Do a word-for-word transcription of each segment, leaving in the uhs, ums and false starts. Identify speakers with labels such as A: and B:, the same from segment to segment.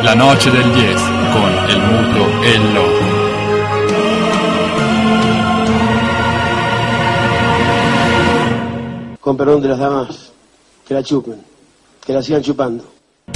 A: La noche del diez con El Muto e el Loco.
B: Con perdón de las damas, que la chupen, que la sigan chupando.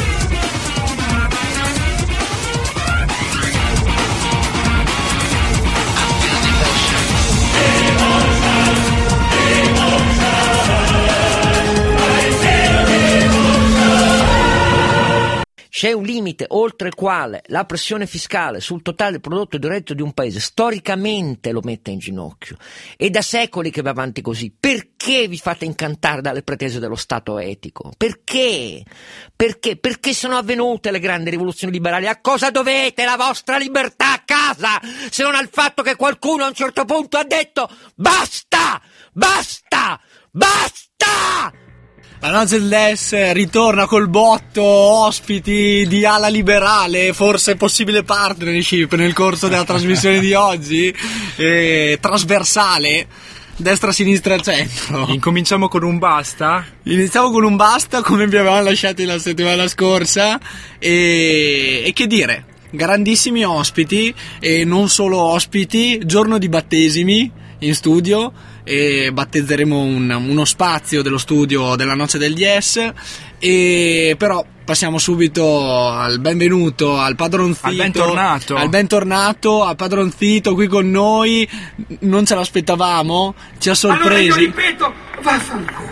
C: C'è un limite oltre il quale la pressione fiscale sul totale prodotto diretto di un paese storicamente lo mette in ginocchio. È da secoli che va avanti così. Perché vi fate incantare dalle pretese dello Stato etico? Perché? Perché? Perché sono avvenute le grandi rivoluzioni liberali? A cosa dovete la vostra libertà a casa? Se non al fatto che qualcuno a un certo punto ha detto basta! Basta! Basta!
D: La noce del diez ritorna col botto, ospiti di ala liberale, forse possibile partnership nel corso della trasmissione di oggi, eh, trasversale, destra, sinistra, centro.
A: Incominciamo con un basta?
D: Iniziamo con un basta come vi avevamo lasciati la settimana scorsa e, e che dire, grandissimi ospiti e non solo ospiti, giorno di battesimi in studio. E battezzeremo un, uno spazio dello studio della noce del diez, e però passiamo subito al benvenuto al padronzito,
A: al bentornato
D: al bentornato al padronzito qui con noi. Non ce l'aspettavamo, ci ha sorpresi.
E: Allora io ripeto, vaffanculo.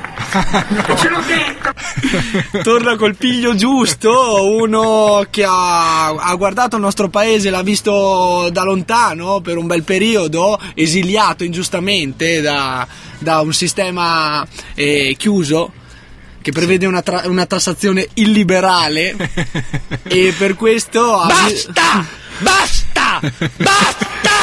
E: Ce l'ho detto.
D: Torna col piglio giusto, uno che ha, ha guardato il nostro paese, l'ha visto da lontano per un bel periodo, esiliato ingiustamente da, da un sistema eh, chiuso che prevede una, tra- una tassazione illiberale e per questo
C: basta! Basta! Basta!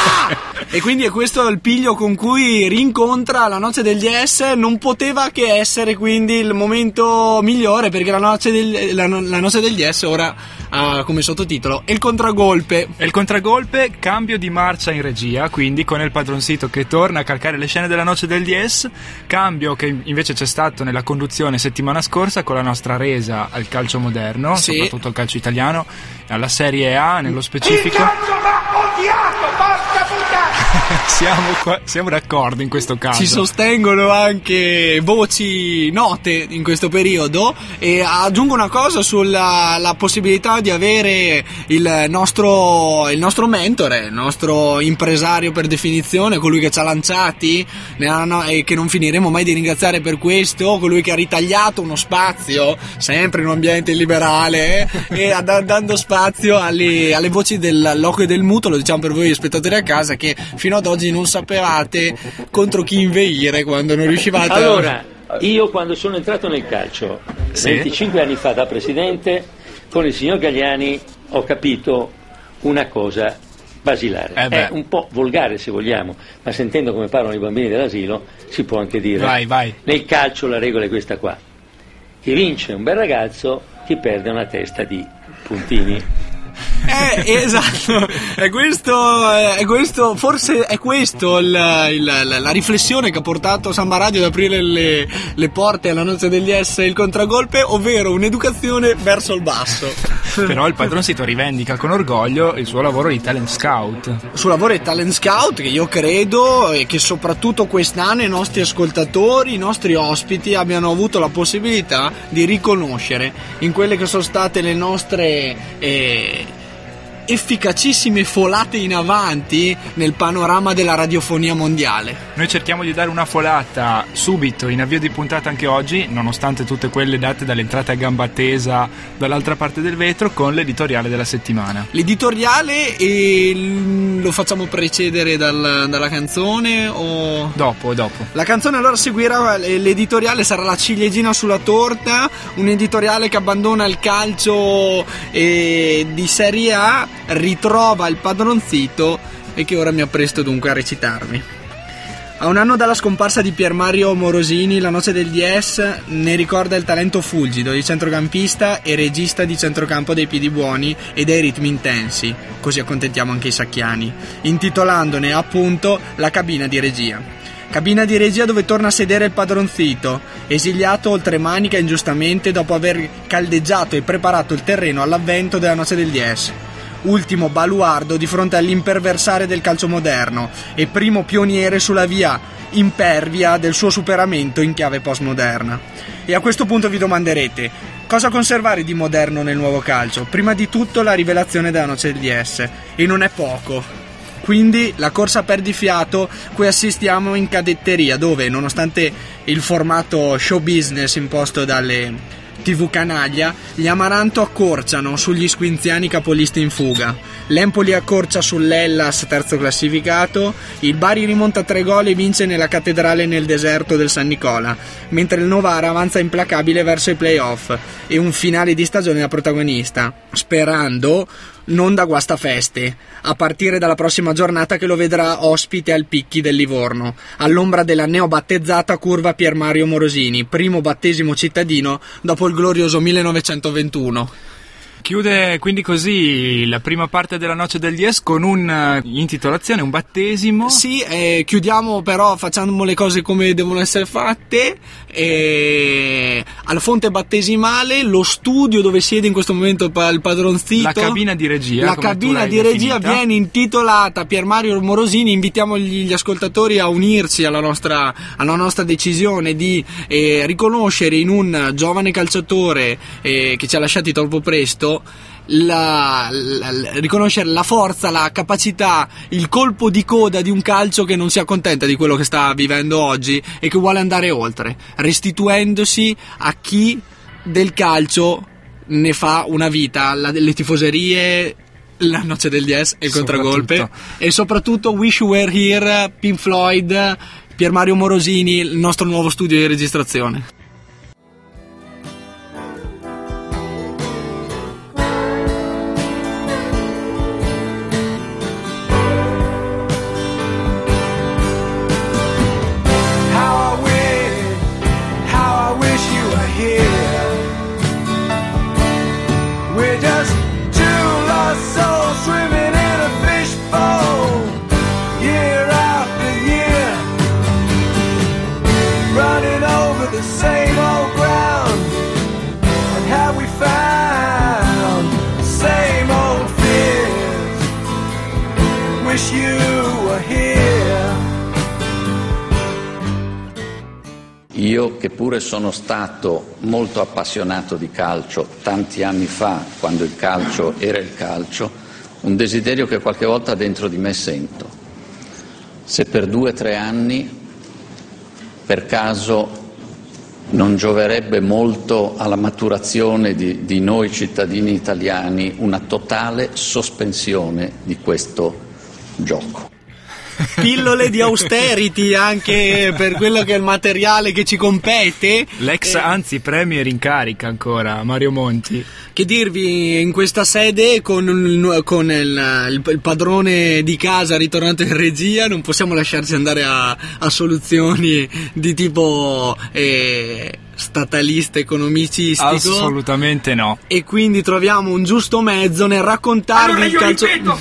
D: E quindi è questo il piglio con cui rincontra la noce del diez. Non poteva che essere quindi il momento migliore, perché la noce del, la, la noce del diez ora ha come sottotitolo il contragolpe.
A: E il contragolpe, cambio di marcia in regia, quindi con il padroncito che torna a calcare le scene della noce del diez, cambio che invece c'è stato nella conduzione settimana scorsa con la nostra resa al calcio moderno, sì, soprattutto al calcio italiano, alla Serie A nello specifico.
E: Il calcio l'ha odiato, porca puttana!
A: siamo, qua, siamo d'accordo in questo caso.
D: Ci sostengono anche voci note in questo periodo, e aggiungo una cosa sulla la possibilità di avere il nostro, il nostro mentore, il nostro impresario per definizione, colui che ci ha lanciati e che non finiremo mai di ringraziare per questo, colui che ha ritagliato uno spazio sempre in un ambiente liberale e dando spazio alle, alle voci del loco e del muto. Lo diciamo per voi spettatori a casa, che fino ad oggi non sapevate contro chi inveire quando non riuscivate
F: allora a... io quando sono entrato nel calcio, sì, venticinque anni fa da presidente, con il signor Galliani ho capito una cosa basilare, eh è un po' volgare se vogliamo, ma sentendo come parlano i bambini dell'asilo si può anche dire
A: vai, vai.
F: Nel calcio la regola è questa qua: chi vince è un bel ragazzo, chi perde una testa di puntini.
D: Eh, esatto, è questo, è questo, forse è questo il, il, la riflessione che ha portato Samba Radio ad aprire le, le porte alla noce del diez e il contragolpe, ovvero un'educazione verso il basso.
A: Però il padroncito rivendica con orgoglio il suo lavoro di talent scout.
D: Il suo lavoro di talent scout, che io credo e che soprattutto quest'anno i nostri ascoltatori, i nostri ospiti abbiano avuto la possibilità di riconoscere in quelle che sono state le nostre eh, efficacissime folate in avanti nel panorama della radiofonia mondiale.
A: Noi cerchiamo di dare una folata subito in avvio di puntata anche oggi, nonostante tutte quelle date dall'entrata a gamba tesa dall'altra parte del vetro, con l'editoriale della settimana.
D: L'editoriale, e lo facciamo precedere dal, dalla canzone o
A: dopo dopo
D: la canzone? Allora seguirà l'editoriale, sarà la ciliegina sulla torta, un editoriale che abbandona il calcio eh, di Serie A, ritrova il padronzito e che ora mi appresto dunque a recitarvi. A un anno dalla scomparsa di Pier Mario Morosini, la noce del diez ne ricorda il talento fulgido di centrocampista e regista di centrocampo dei piedi buoni e dei ritmi intensi, così accontentiamo anche i sacchiani, intitolandone appunto La cabina di regia. cabina di regia dove torna a sedere il padroncito, esiliato oltre Manica ingiustamente dopo aver caldeggiato e preparato il terreno all'avvento della Noce del dieci. Ultimo baluardo di fronte all'imperversare del calcio moderno e primo pioniere sulla via impervia del suo superamento in chiave postmoderna. E a questo punto vi domanderete: cosa conservare di moderno nel nuovo calcio? Prima di tutto la rivelazione della Noce del dieci, e non è poco. Quindi la corsa a perdifiato cui assistiamo in cadetteria, dove nonostante il formato show business imposto dalle tivù canaglia, gli Amaranto accorciano sugli squinziani capolisti in fuga, l'Empoli accorcia sull'Hellas terzo classificato, il Bari rimonta tre gol e vince nella cattedrale nel deserto del San Nicola, mentre il Novara avanza implacabile verso i playoff e un finale di stagione da protagonista, sperando non da guastafeste, a partire dalla prossima giornata che lo vedrà ospite al Picchi del Livorno, all'ombra della neobattezzata curva Pier Mario Morosini, primo battesimo cittadino dopo il glorioso millenovecentoventuno.
A: Chiude quindi così la prima parte della Noce del dieci con un'intitolazione, un battesimo.
D: Sì, eh, chiudiamo però facciamo le cose come devono essere fatte. Eh, alla fonte battesimale, lo studio dove siede in questo momento il padronzito,
A: la cabina di regia,
D: la cabina di regia viene intitolata Pier Mario Morosini. Invitiamo gli, gli ascoltatori a unirsi alla nostra, alla nostra decisione di eh, riconoscere in un giovane calciatore eh, che ci ha lasciati troppo presto La, la, la, riconoscere la forza, la capacità, il colpo di coda di un calcio che non si accontenta di quello che sta vivendo oggi e che vuole andare oltre, restituendosi a chi del calcio ne fa una vita, la, le tifoserie, la Noce del dieci e il contragolpe, e soprattutto Wish You Were Here, Pink Floyd, Pier Mario Morosini, il nostro nuovo studio di registrazione.
G: Io, che pure sono stato molto appassionato di calcio tanti anni fa, quando il calcio era il calcio, un desiderio che qualche volta dentro di me sento. Se per due o tre anni, per caso, non gioverebbe molto alla maturazione di, di noi cittadini italiani una totale sospensione di questo gioco.
D: Pillole di austerity anche per quello che è il materiale che ci compete.
A: L'ex, eh, anzi premier in carica ancora, Mario Monti.
D: Che dirvi in questa sede con, con il, il, il padrone di casa ritornato in regia, non possiamo lasciarci andare a, a soluzioni di tipo eh, statalista economicistico.
A: Assolutamente no.
D: E quindi troviamo un giusto mezzo nel raccontarvi
E: allora
D: il
E: io
D: calcio.
E: Ripeto,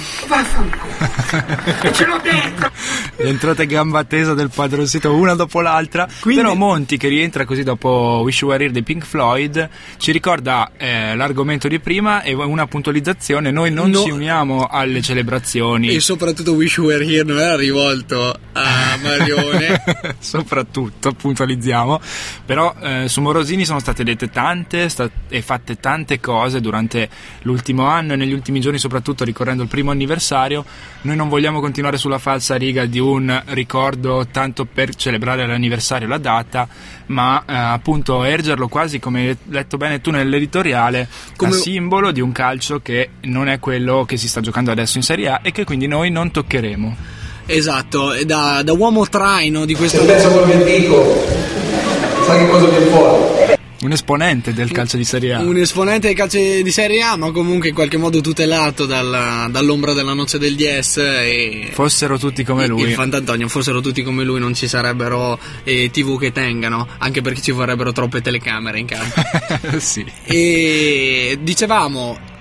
E: ce l'ho detto.
A: Entrate gamba tesa del padroncito una dopo l'altra. Quindi... Però Monti, che rientra così dopo Wish You Were Here dei Pink Floyd, ci ricorda eh, l'argomento di prima e una puntualizzazione: noi non no. ci uniamo alle celebrazioni.
D: E soprattutto Wish You Were Here non era rivolto a Marione.
A: Soprattutto puntualizziamo. Però eh, su Morosini sono state dette tante sta- e fatte tante cose durante l'ultimo anno e negli ultimi giorni, soprattutto ricorrendo il primo anniversario. Noi non vogliamo continuare sulla falsa riga di un ricordo tanto per celebrare l'anniversario, la data, ma eh, appunto ergerlo quasi, come hai letto bene tu nell'editoriale, come a simbolo di un calcio che non è quello che si sta giocando adesso in Serie A e che quindi noi non toccheremo.
D: Esatto, da, da uomo traino di questo.
B: Se penso quello che dico, sai che cosa viene fuori?
A: Un esponente del calcio di Serie A.
D: Un esponente del calcio di Serie A, ma comunque in qualche modo tutelato dal, dall'ombra della Noce del dieci. E
A: fossero tutti come lui.
D: Il Fantantonio, fossero tutti come lui, non ci sarebbero eh, tivù che tengano, anche perché ci vorrebbero troppe telecamere in campo.
A: Sì.
D: E dicevamo,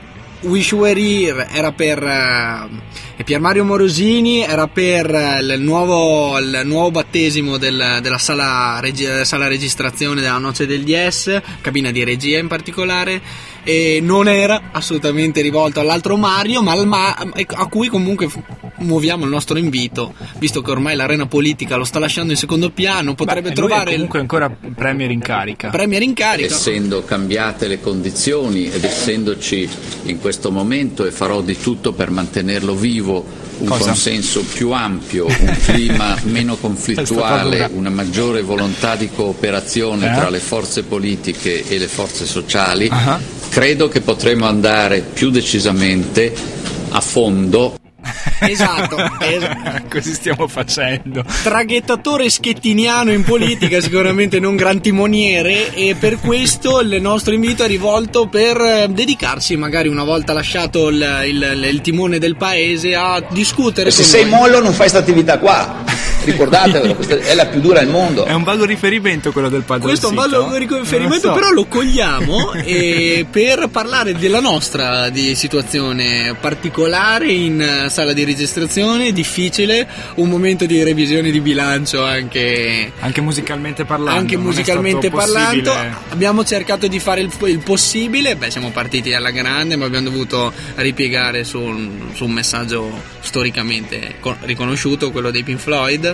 D: Wish You Were Here era per uh, Pier Mario Morosini, era per uh, il, nuovo, il nuovo battesimo del, della sala, regi- sala registrazione della Noce del D S, cabina di regia in particolare, e non era assolutamente rivolto all'altro Mario, ma al ma- a cui comunque muoviamo il nostro invito, visto che ormai l'arena politica lo sta lasciando in secondo piano, potrebbe
A: Beh,
D: trovare
A: comunque il... ancora premier in carica.
D: Premier in carica.
G: Essendo cambiate le condizioni ed essendoci in questo momento, e farò di tutto per mantenerlo vivo, un
A: Cosa?
G: consenso più ampio, un clima meno conflittuale, una maggiore volontà di cooperazione
A: eh?
G: tra le forze politiche e le forze sociali,
A: uh-huh.
G: credo che potremo andare più decisamente a fondo.
D: Esatto, esatto.
A: Così stiamo facendo.
D: Traghettatore schettiniano in politica, sicuramente non gran timoniere, e per questo il nostro invito è rivolto per dedicarsi, magari una volta lasciato il, il, il timone del paese, a discutere.
H: Se sei
D: noi.
H: mollo non fai sta attività qua. Ricordatevelo, questa è la più dura al mondo.
A: È un vago riferimento quello del padroncito.
D: Questo è un vago riferimento, so. Però lo cogliamo e per parlare della nostra di situazione particolare in sala di registrazione, difficile, un momento di revisione di bilancio anche
A: anche musicalmente parlando.
D: Anche musicalmente parlando, abbiamo cercato di fare il, il possibile. Beh, siamo partiti alla grande, ma abbiamo dovuto ripiegare su un, su un messaggio storicamente riconosciuto, quello dei Pink Floyd.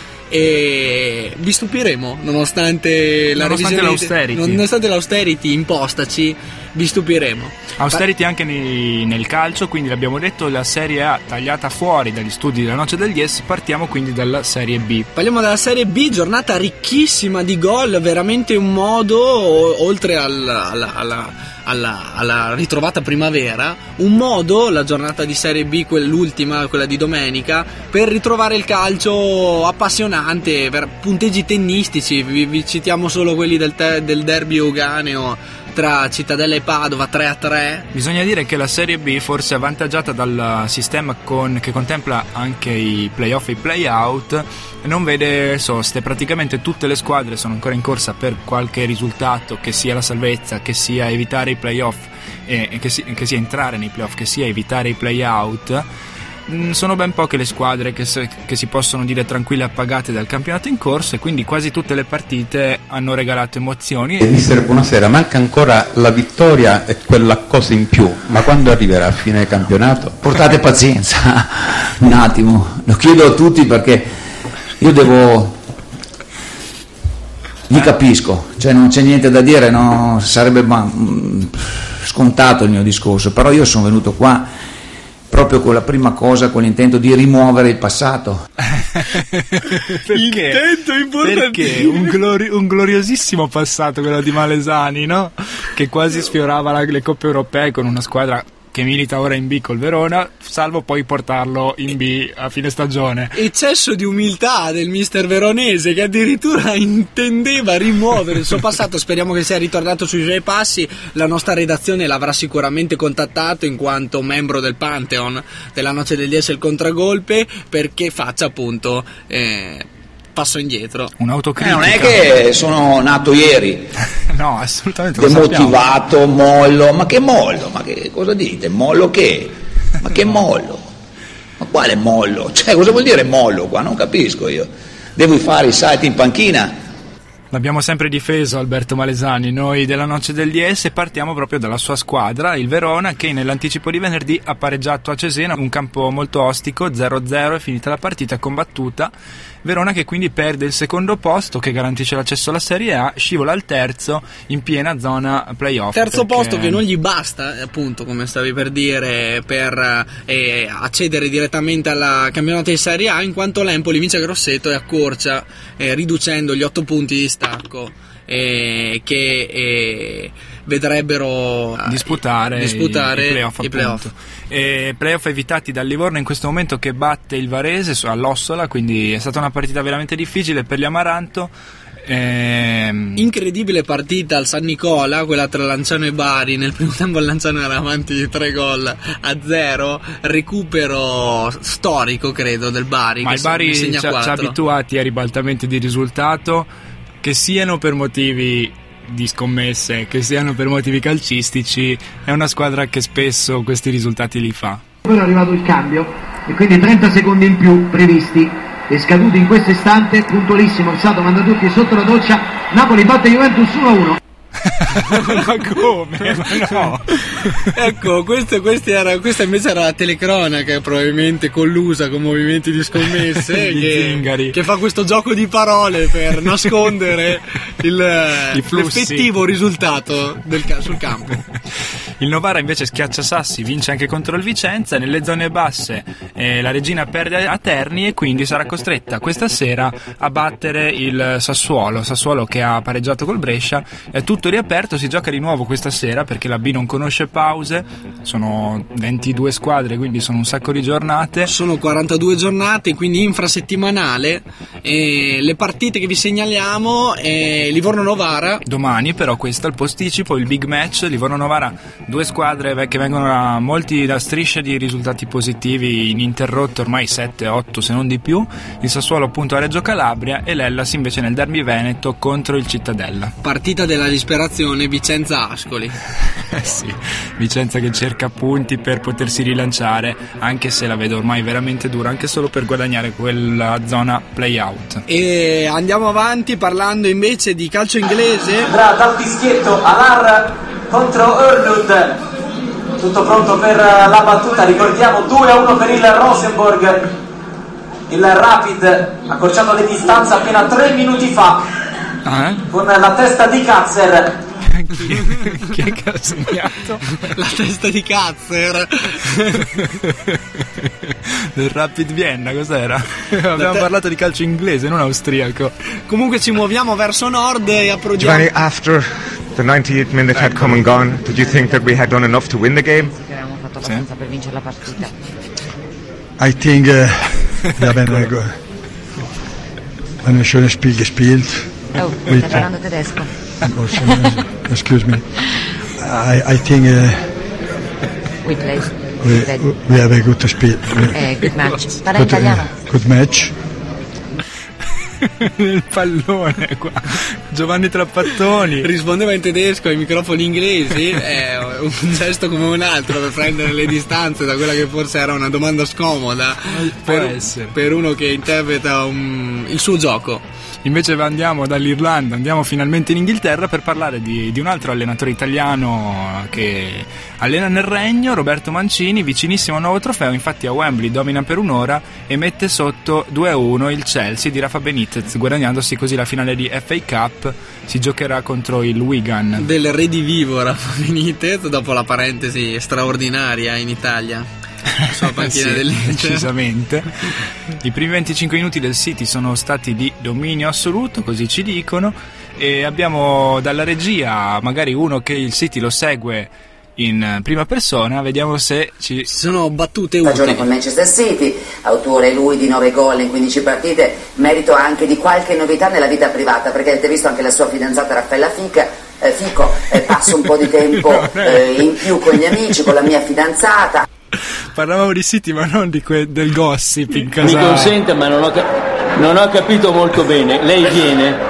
D: E vi stupiremo nonostante la
A: nonostante
D: revisione,
A: l'austerity.
D: nonostante l'austerity impostaci, vi stupiremo.
A: Austerity anche nei, nel calcio, quindi l'abbiamo detto, la Serie A tagliata fuori dagli studi della Noce del Dies. Partiamo quindi dalla Serie B.
D: Parliamo della Serie B, giornata ricchissima di gol, veramente un modo, oltre al, alla, alla Alla, alla ritrovata primavera, un modo, la giornata di Serie B, quell'ultima, quella di domenica, per ritrovare il calcio appassionante, per punteggi tennistici. Vi, vi citiamo solo quelli del, te, del derby uganeo tra Cittadella e Padova, tre a tre.
A: Bisogna dire che la Serie B forse è avvantaggiata dal sistema con, che contempla anche i playoff e i playout, e non vede soste. Praticamente tutte le squadre sono ancora in corsa per qualche risultato, che sia la salvezza, che sia evitare i playoff, e, e che, si, che sia entrare nei playoff, che sia evitare i playout. Sono ben poche le squadre che, se, che si possono dire tranquille e appagate dal campionato in corso, e quindi quasi tutte le partite hanno regalato emozioni.
I: E mister, buonasera, manca ancora la vittoria e quella cosa in più, ma quando arriverà a fine campionato?
J: Portate pazienza un attimo, lo chiedo a tutti perché io devo, vi capisco, cioè non c'è niente da dire, no, sarebbe ma, scontato il mio discorso, però io sono venuto qua proprio con la prima cosa, con l'intento di rimuovere il passato.
A: Perché?
D: Intento importantissimo.
A: Perché un, glori- un gloriosissimo passato, quello di Malesani, no? Che quasi sfiorava la- le coppe europee con una squadra che milita ora in B col Verona, salvo poi portarlo in B a fine stagione.
D: Eccesso di umiltà del mister veronese, che addirittura intendeva rimuovere il suo passato. Speriamo che sia ritornato sui suoi passi. La nostra redazione l'avrà sicuramente contattato in quanto membro del Pantheon della Noce del Dies il Contragolpe, perché faccia appunto eh, passo indietro.
A: Un'autocritica.
H: Eh, non è che sono nato ieri.
A: No, assolutamente.
H: Demotivato, mollo. Ma che mollo? Ma che cosa dite? Mollo che? Ma che mollo? Ma quale mollo? Cioè, cosa vuol dire mollo qua? Non capisco io. Devo fare i salti in panchina?
A: L'abbiamo sempre difeso Alberto Malesani, noi della Noce del Dies, e partiamo proprio dalla sua squadra, il Verona, che nell'anticipo di venerdì ha pareggiato a Cesena, un campo molto ostico, zero a zero, è finita la partita combattuta. Verona che quindi perde il secondo posto, che garantisce l'accesso alla Serie A, scivola al terzo in piena zona playoff.
D: Terzo
A: perché...
D: posto che non gli basta, appunto, come stavi per dire, per eh, accedere direttamente alla campionato di Serie A, in quanto l'Empoli vince a Grosseto e accorcia, eh, riducendo gli otto punti di stacco eh, che eh, vedrebbero
A: disputare,
D: disputare
A: i, i playoff,
D: i playoff.
A: E playoff evitati dal Livorno in questo momento, che batte il Varese all'Ossola, quindi è stata una partita veramente difficile per gli Amaranto. Ehm...
D: Incredibile partita al San Nicola, quella tra Lanciano e Bari. Nel primo tempo il Lanciano era avanti di tre gol a zero, recupero storico credo del Bari,
A: ma
D: che
A: il Bari ci ha abituati a ribaltamenti di risultato, che siano per motivi di scommesse, che siano per motivi calcistici, è una squadra che spesso questi risultati li fa.
K: Poi è arrivato il cambio e quindi trenta secondi in più previsti e scaduti in questo istante, puntualissimo, il Sato manda tutti sotto la doccia, Napoli batte Juventus uno a uno.
A: Ma come? Ma no.
D: Ecco, questo, questo era, questa invece era la telecronaca, probabilmente collusa con movimenti di scommesse che, che fa questo gioco di parole per nascondere il, l'effettivo risultato del, sul campo.
A: Il Novara invece schiaccia Sassi, vince anche contro il Vicenza. Nelle zone basse eh, la Regina perde a Terni e quindi sarà costretta questa sera a battere il Sassuolo Sassuolo che ha pareggiato col Brescia. È tutto riaperto, si gioca di nuovo questa sera perché la B non conosce pause, sono ventidue squadre, quindi sono un sacco di giornate,
D: sono quarantadue giornate, quindi infrasettimanale. E le partite che vi segnaliamo è Livorno-Novara
A: domani, però questo è il posticipo, il big match. Livorno-Novara, due squadre che vengono da molti da strisce di risultati positivi ininterrotti, ormai sette otto se non di più. Il Sassuolo appunto a Reggio Calabria e l'Hellas invece nel derby veneto contro il Cittadella.
D: Partita della disperazione, Vicenza-Ascoli.
A: Eh sì, Vicenza che cerca punti per potersi rilanciare, anche se la vedo ormai veramente dura, anche solo per guadagnare quella zona play-out.
D: E andiamo avanti parlando invece di calcio inglese.
L: Andrà dal fischietto Alar contro Erlund, tutto pronto per la battuta, ricordiamo due a uno per il Rosenborg. Il Rapid accorciato le distanze appena tre minuti fa, ah, eh? con la testa di Kazzer.
A: Chi, chi è che ha segnato?
D: La testa di Kazzer
A: del Rapid Vienna, cos'era? Abbiamo te... parlato di calcio inglese, non austriaco.
D: Comunque ci muoviamo verso nord e approdiamo.
M: Giovanni, after the ninety-eight minute had come and gone, did you think that we had done enough to win the game?
N: Che avevamo fatto abbastanza sì. per vincere la partita.
O: I think uh, wir haben eine, eine schöne Spiel gespielt.
N: Oh, stai parlando tedesco.
O: Excuse me. I, I think uh,
N: we played.
O: We, we have a good spiel.
N: Eh, good match. Parla in italiano.
O: Good match.
A: Il pallone qua. Giovanni Trappattoni
D: rispondeva in tedesco ai microfoni inglesi. È un gesto come un altro per prendere le distanze da quella che forse era una domanda scomoda per, per uno che interpreta un, il suo gioco.
A: Invece andiamo dall'Irlanda, andiamo finalmente in Inghilterra per parlare di, di un altro allenatore italiano che allena nel Regno, Roberto Mancini, vicinissimo a un nuovo trofeo. Infatti a Wembley domina per un'ora e mette sotto due a uno il Chelsea di Rafa Benitez, guadagnandosi così la finale di F A Cup. Si giocherà contro il Wigan
D: del Redivivo Rafa Benitez, dopo la parentesi straordinaria in Italia sulla panchina
A: sì,
D: dell'Inter.
A: Decisamente. I primi venticinque minuti del City sono stati di dominio assoluto, così ci dicono, e abbiamo dalla regia magari uno che il City lo segue in prima persona, vediamo se ci
D: sono battute utili.
P: Stagione con Manchester City, autore lui di nove gol in quindici partite, merito anche di qualche novità nella vita privata, perché avete visto anche la sua fidanzata Raffaella Fica, eh, Fico, eh, passa un po' di tempo eh, in più con gli amici, con la mia fidanzata.
A: Parlavamo di City ma non di que- del gossip in casa.
F: Mi consente, ma non ho, ca- non ho capito molto bene. Lei viene?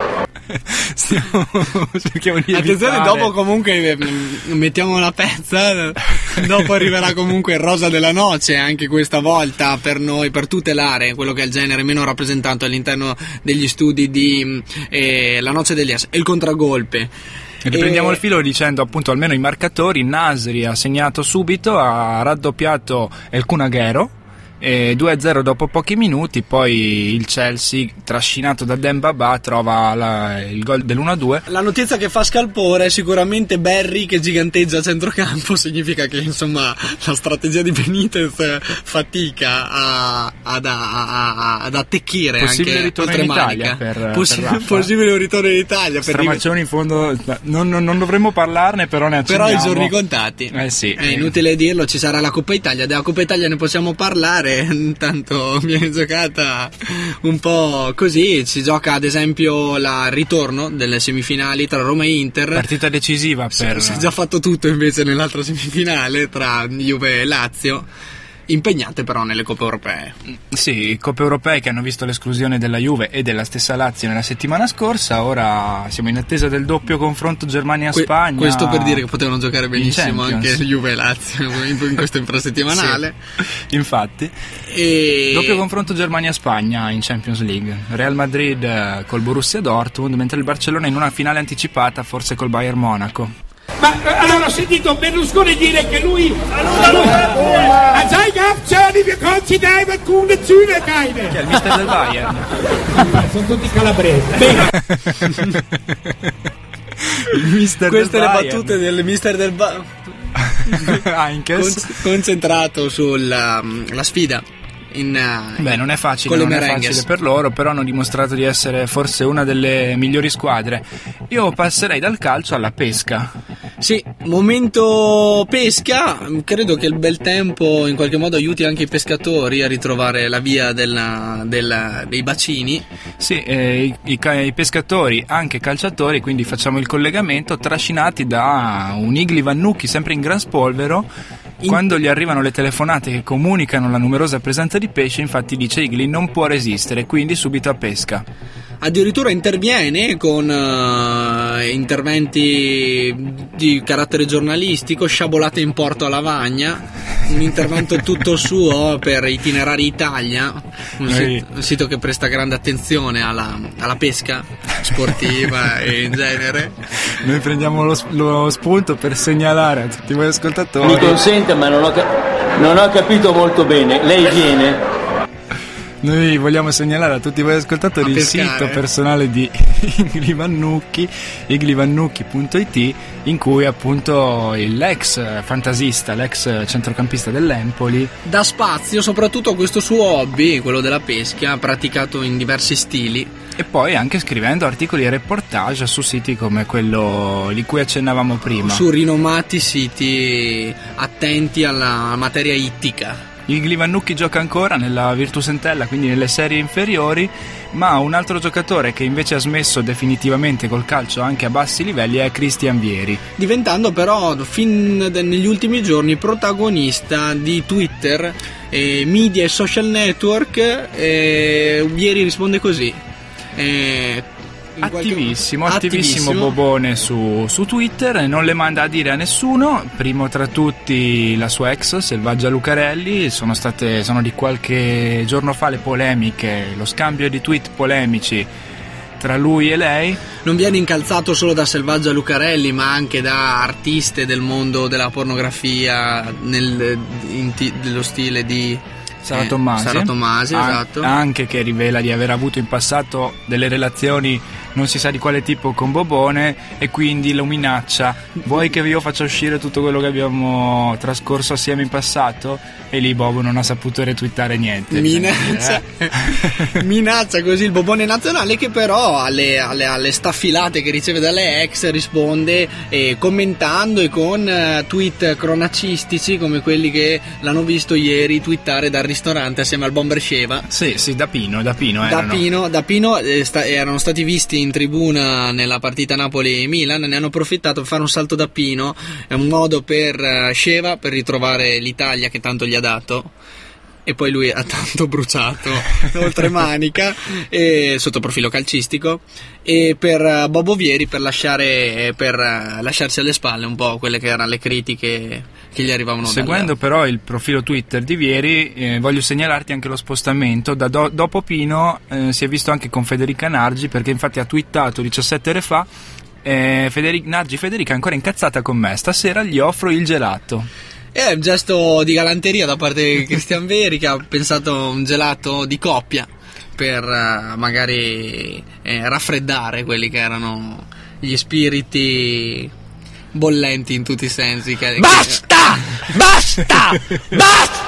A: Stiamo cerchiamo di
D: attenzione, dopo comunque mettiamo una pezza, dopo arriverà comunque il Rosa della Noce anche questa volta per noi, per tutelare quello che è il genere meno rappresentato all'interno degli studi di eh, La Noce degli As e il contragolpe.
A: Riprendiamo e... il filo dicendo appunto almeno i marcatori. Nasri ha segnato subito, ha raddoppiato El Cunagüero e due a zero dopo pochi minuti. Poi il Chelsea, trascinato da Dembaba, trova la, il gol dell'uno a due.
D: La notizia che fa scalpore è sicuramente Barry che giganteggia a centrocampo. Significa che insomma la strategia di Benitez fatica a, ad, a, a, ad attecchire
A: possibile
D: anche
A: ritorno in Italia per,
D: Possi-
A: per
D: possibile un ritorno in Italia.
A: Stramaccioni in fondo non, non, non dovremmo parlarne, però ne accenniamo.
D: Però i giorni contati,
A: eh sì,
D: è inutile dirlo, ci sarà la Coppa Italia. Della Coppa Italia ne possiamo parlare, intanto viene giocata un po' così. Si gioca ad esempio il ritorno delle semifinali tra Roma e Inter,
A: partita decisiva per...
D: si è già fatto tutto invece nell'altra semifinale tra Juve e Lazio. impegnate però nelle coppe europee.
A: Sì, coppe europee che hanno visto l'esclusione della Juve e della stessa Lazio nella settimana scorsa. Ora siamo in attesa del doppio confronto Germania-Spagna.
D: Que- questo per dire che potevano giocare benissimo anche Juve e Lazio in, in questo infrasettimanale.
A: Sì, infatti.
D: E...
A: doppio confronto Germania-Spagna in Champions League. Real Madrid col Borussia Dortmund, mentre il Barcellona in una finale anticipata forse col Bayern Monaco.
E: Ma allora ho sentito Berlusconi dire che lui a sei Gafzioni wir können sie nehmen gute Züge keine.
A: Che è il mister del Bayern.
E: Sono tutti calabresi.
A: Il mister
D: Queste
A: del
D: le
A: Bayern.
D: battute del mister del Bayern. Con- concentrato sulla la sfida. In, uh,
A: Beh, non è facile, non è facile per loro, però hanno dimostrato di essere forse una delle migliori squadre. Io passerei dal calcio alla pesca.
D: Sì, momento pesca. Credo che il bel tempo in qualche modo aiuti anche i pescatori a ritrovare la via della, della, dei bacini.
A: Sì, eh, i, i, i pescatori, anche calciatori, quindi facciamo il collegamento, trascinati da un Igli Vannucchi sempre in gran spolvero. In... Quando gli arrivano le telefonate che comunicano la numerosa presenza di pesce, infatti dice Igli non può resistere, quindi subito a pesca.
D: Addirittura interviene con uh, interventi di carattere giornalistico, sciabolate in porto a Lavagna, un intervento tutto suo per Itinerari Italia, un,
A: Noi...
D: sito, un sito che presta grande attenzione alla, alla pesca sportiva e in genere.
A: Noi prendiamo lo, lo spunto per segnalare a tutti voi ascoltatori.
F: Mi consente, ma non ho, ca- non ho capito molto bene. Lei viene?
A: Noi vogliamo segnalare a tutti voi ascoltatori il sito personale di Igli Vannucchi, igli vannucchi punto it, in cui appunto l'ex fantasista, l'ex centrocampista dell'Empoli
D: dà spazio soprattutto a questo suo hobby, quello della pesca, praticato in diversi stili.
A: E poi anche scrivendo articoli e reportage su siti come quello di cui accennavamo prima.
D: Su rinomati siti attenti alla materia ittica.
A: Igli Vannucchi gioca ancora nella Virtus Entella, quindi nelle serie inferiori, ma un altro giocatore che invece ha smesso definitivamente col calcio anche a bassi livelli è Cristian Vieri.
D: Diventando però fin negli ultimi giorni protagonista di Twitter, eh, media e social network. eh, Vieri risponde così. Eh,
A: Attivissimo,
D: qualche...
A: attivissimo Bobone su, su Twitter, e non le manda a dire a nessuno. Primo tra tutti la sua ex Selvaggia Lucarelli. Sono state sono di qualche giorno fa le polemiche, lo scambio di tweet polemici tra lui e lei.
D: Non viene incalzato solo da Selvaggia Lucarelli, ma anche da artiste del mondo della pornografia nel, in t- dello stile di
A: Sara Tommasi,
D: eh, Sara Tommasi
A: An-
D: esatto.
A: Anche che rivela di aver avuto in passato delle relazioni non si sa di quale tipo con Bobone, e quindi lo minaccia: vuoi che io faccia uscire tutto quello che abbiamo trascorso assieme in passato? E lì Bobo non ha saputo retweetare niente.
D: Minaccia,
A: eh.
D: minaccia così il Bobone nazionale, che però alle, alle, alle staffilate che riceve dalle ex risponde eh, commentando e con eh, tweet cronacistici come quelli che l'hanno visto ieri twittare dal ristorante assieme al Bomber Sheva.
A: Sì, sì, da Pino, da Pino
D: da
A: erano.
D: Pino, da Pino eh, sta, erano stati visti in tribuna nella partita Napoli-Milan, ne hanno approfittato per fare un salto da Pino. È un modo per uh, Sheva per ritrovare l'Italia che tanto gli ha dato, e poi lui ha tanto bruciato oltre manica e sotto profilo calcistico, e per uh, Bobo Vieri per lasciare per uh, lasciarsi alle spalle un po' quelle che erano le critiche che gli arrivavano.
A: Seguendo
D: dalla...
A: però il profilo Twitter di Vieri, eh, voglio segnalarti anche lo spostamento da do- dopo Pino. eh, si è visto anche con Federica Nargi, perché infatti ha twittato diciassette ore fa: eh, Federica Nargi Federica è ancora incazzata con me, stasera gli offro il gelato.
D: È un gesto di galanteria da parte di Cristian Vieri, che ha pensato a un gelato di coppia per uh, magari eh, raffreddare quelli che erano gli spiriti bollenti in tutti i sensi. Che,
C: basta! Che... Basta! Basta!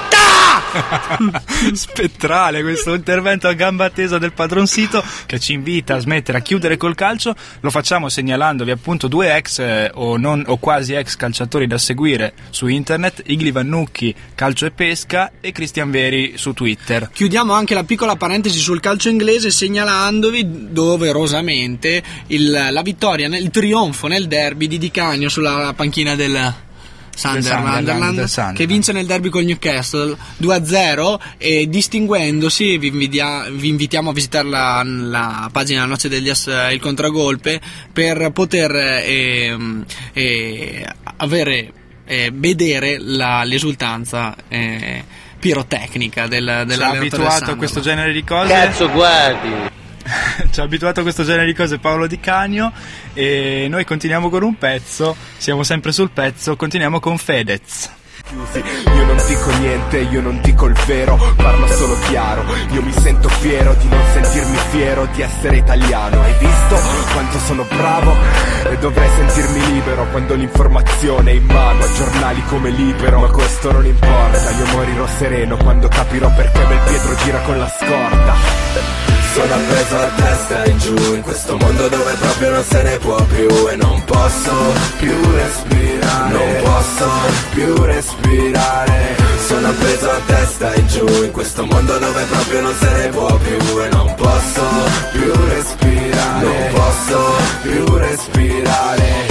A: Spettrale questo intervento a gamba tesa del padron sito, che ci invita a smettere, a chiudere col calcio. Lo facciamo segnalandovi appunto due ex eh, o, non, o quasi ex calciatori da seguire su internet: Igli Vannucchi, Calcio e Pesca, e Cristian Vieri su Twitter.
D: Chiudiamo anche la piccola parentesi sul calcio inglese segnalandovi doverosamente il, la vittoria, il trionfo nel derby di Di Canio sulla panchina del Sunderland,
A: Sunderland, Sunderland,
D: che vince nel derby col Newcastle due a zero e distinguendosi. Vi, invidia, vi invitiamo a visitare la, la pagina Noce degli As, il contragolpe, per poter eh, eh, avere eh, vedere la, l'esultanza eh, pirotecnica del, della
A: Ci ha abituato a questo genere di cose.
Q: Cazzo, guardi.
A: Ci ha abituato a questo genere di cose Paolo Di Canio, e noi continuiamo con un pezzo, siamo sempre sul pezzo, continuiamo con Fedez.
R: Io non dico niente, io non dico il vero, parlo solo chiaro. Io mi sento fiero di non sentirmi fiero di essere italiano. Hai visto quanto sono bravo? E dovrei sentirmi libero quando l'informazione è in mano a giornali come Libero. Ma questo non importa, io morirò sereno quando capirò perché Belpietro gira con la scorta. Sono appeso a testa in giù in questo mondo dove proprio non se ne può più. E non posso più respirare, non posso più respirare. Sono appeso a testa in giù in questo mondo dove proprio non se ne può più. E non posso più respirare, non posso più respirare.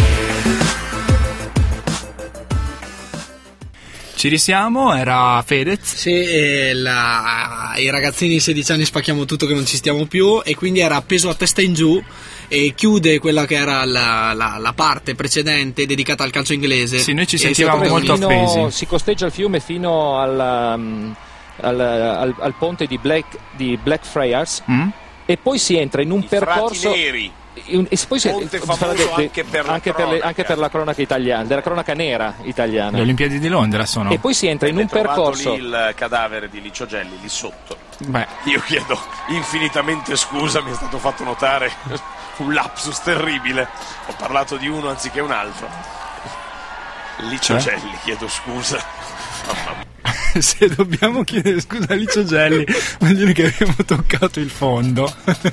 A: Ci risiamo, era Fedez.
D: Sì, e la, i ragazzini di sedici anni spacchiamo tutto che non ci stiamo più, e quindi era appeso a testa in giù e chiude quella che era la, la, la parte precedente dedicata al calcio inglese.
A: Sì, noi ci sentivamo molto
S: fino,
A: appesi.
S: Si costeggia il fiume fino al, um, al, al, al ponte di, Black, di Blackfriars mm? e poi si entra in un
T: I
S: percorso...
T: frati neri.
S: E poi si,
T: Ponte famoso
S: de, de,
T: anche per la
S: anche per, le, anche per la cronaca italiana, della cronaca nera italiana.
A: Le Olimpiadi di Londra sono.
S: E poi si entra in un percorso.
T: Lì il cadavere di Licio Gelli lì sotto.
A: Beh.
T: Io chiedo infinitamente scusa, mi è stato fatto notare un lapsus terribile. Ho parlato di uno anziché un altro. Licio
A: Cioè?
T: Gelli, chiedo scusa. Mamma mia.
A: Se dobbiamo chiedere scusa a Licio Gelli, vuol dire che abbiamo toccato il fondo.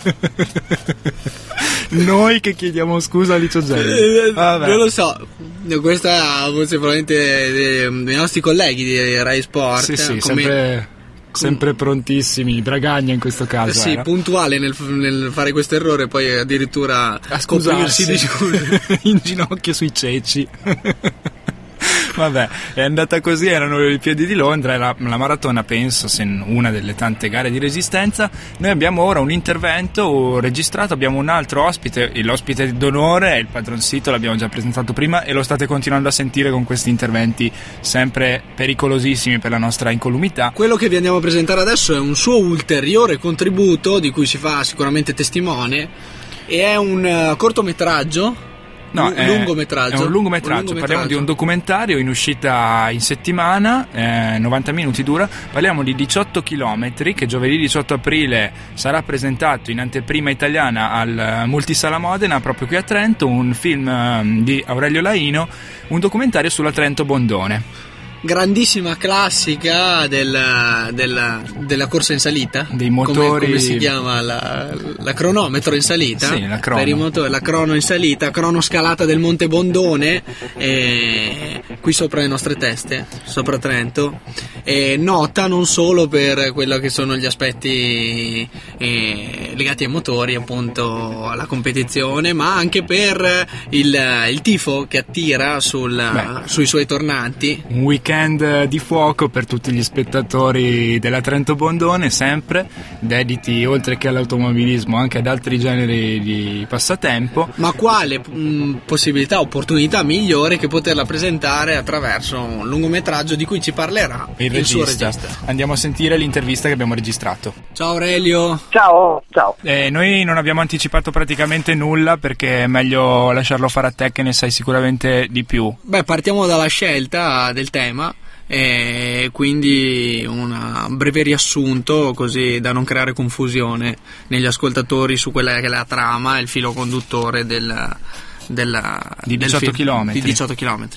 A: Noi che chiediamo scusa a Licio Gelli. Vabbè.
D: Non lo so, questa è forse probabilmente dei, dei nostri colleghi di Rai Sport.
A: Sì, sì,
D: come...
A: sempre, sempre prontissimi. Bragagna in questo caso.
D: Sì,
A: era.
D: puntuale nel, nel fare questo errore, poi addirittura a scoprirsi di
A: in ginocchio sui ceci. Vabbè, è andata così, erano le Olimpiadi di Londra, la, la maratona penso sia una delle tante gare di resistenza. Noi abbiamo ora un intervento registrato, abbiamo un altro ospite, l'ospite d'onore è il padron sito, l'abbiamo già presentato prima e lo state continuando a sentire con questi interventi sempre pericolosissimi per la nostra incolumità.
D: Quello che vi andiamo a presentare adesso è un suo ulteriore contributo di cui si fa sicuramente testimone, e è un uh, cortometraggio.
A: No,
D: L-
A: è,
D: lungometraggio.
A: È un lungometraggio.
D: un lungometraggio.
A: Parliamo di un documentario in uscita in settimana, eh, novanta minuti dura. Parliamo di diciotto chilometri che giovedì diciotto aprile sarà presentato in anteprima italiana al Multisala Modena, proprio qui a Trento, un film eh, di Aurelio Laino, un documentario sulla Trento Bondone.
D: Grandissima classica del, del, della corsa in salita,
A: dei motori,
D: come, come si chiama la, la cronometro in salita,
A: sì, la crono.
D: Per i motori, la crono in salita, crono scalata del Monte Bondone, eh, qui sopra le nostre teste, sopra Trento, eh, nota non solo per quello che sono gli aspetti eh, legati ai motori, appunto alla competizione, ma anche per il, il tifo che attira sul, sui suoi tornanti.
A: Un weekend di fuoco per tutti gli spettatori della Trento Bondone, sempre dediti oltre che all'automobilismo anche ad altri generi di passatempo.
D: Ma quale mh, possibilità, opportunità migliore che poterla presentare attraverso un lungometraggio di cui ci parlerà
A: il,
D: il
A: regista.
D: suo regista.
A: Andiamo a sentire l'intervista che abbiamo registrato.
D: Ciao Aurelio.
U: Ciao, ciao.
A: Eh, noi non abbiamo anticipato praticamente nulla perché è meglio lasciarlo fare a te che ne sai sicuramente di più.
D: Beh, partiamo dalla scelta del tema. E quindi un breve riassunto così da non creare confusione negli ascoltatori su quella che è la trama e il filo conduttore del, del,
A: di
D: diciotto
A: chilometri.
D: Di diciotto chilometri.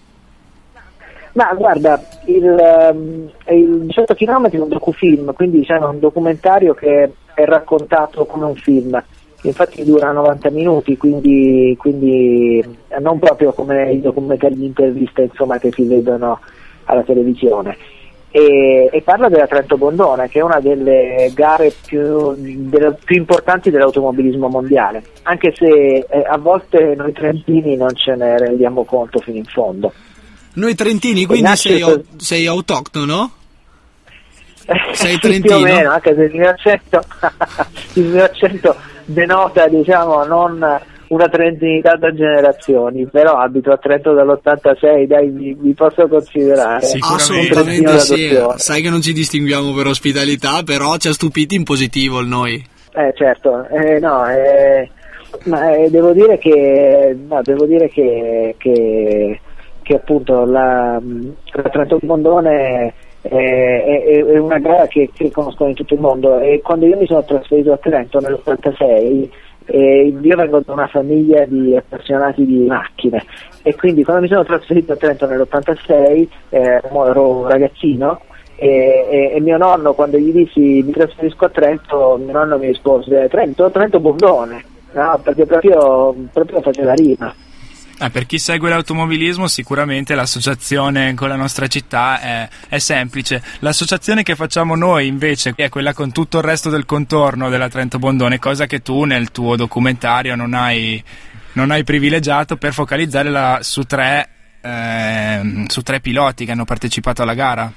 U: Ma guarda, il, il diciotto chilometri è un docufilm, quindi diciamo un documentario che è raccontato come un film. Infatti dura novanta minuti, quindi, quindi non proprio come i documentari di intervista, insomma, che si vedono alla televisione, e, e parla della Trento Bondone, che è una delle gare più, delle, più importanti dell'automobilismo mondiale, anche se eh, a volte noi trentini non ce ne rendiamo conto fino in fondo.
D: Noi trentini, quindi sei,
U: nasce...
D: sei autoctono? Sei
U: Sì,
D: trentino?
U: più o meno, anche se il mio accento, il mio accento denota, diciamo, non una trentinità da generazioni, però abito a Trento dall'ottantasei, dai, mi, mi posso considerare.
D: Assolutamente sì. Sai che non ci distinguiamo per ospitalità, però ci ha stupiti in positivo il noi.
U: Eh certo, eh, no, eh, ma eh, devo dire che no, devo dire che, che, che appunto la, la Trento Bondone è, è, è una gara che, che conoscono in tutto il mondo, e quando io mi sono trasferito a Trento nell'ottantasei, e io vengo da una famiglia di appassionati di macchine, e quindi quando mi sono trasferito a Trento nell'ottantasei eh, ero un ragazzino, e, e, e mio nonno, quando gli dissi mi trasferisco a Trento, mio nonno mi rispose Trento, Trento Bondone, no? Perché proprio, proprio faceva rima.
A: Eh, per chi segue l'automobilismo sicuramente l'associazione con la nostra città è, è semplice. L'associazione che facciamo noi invece è quella con tutto il resto del contorno della Trento Bondone, cosa che tu nel tuo documentario non hai, non hai privilegiato per focalizzare la, su, tre, eh, su tre piloti che hanno partecipato alla gara.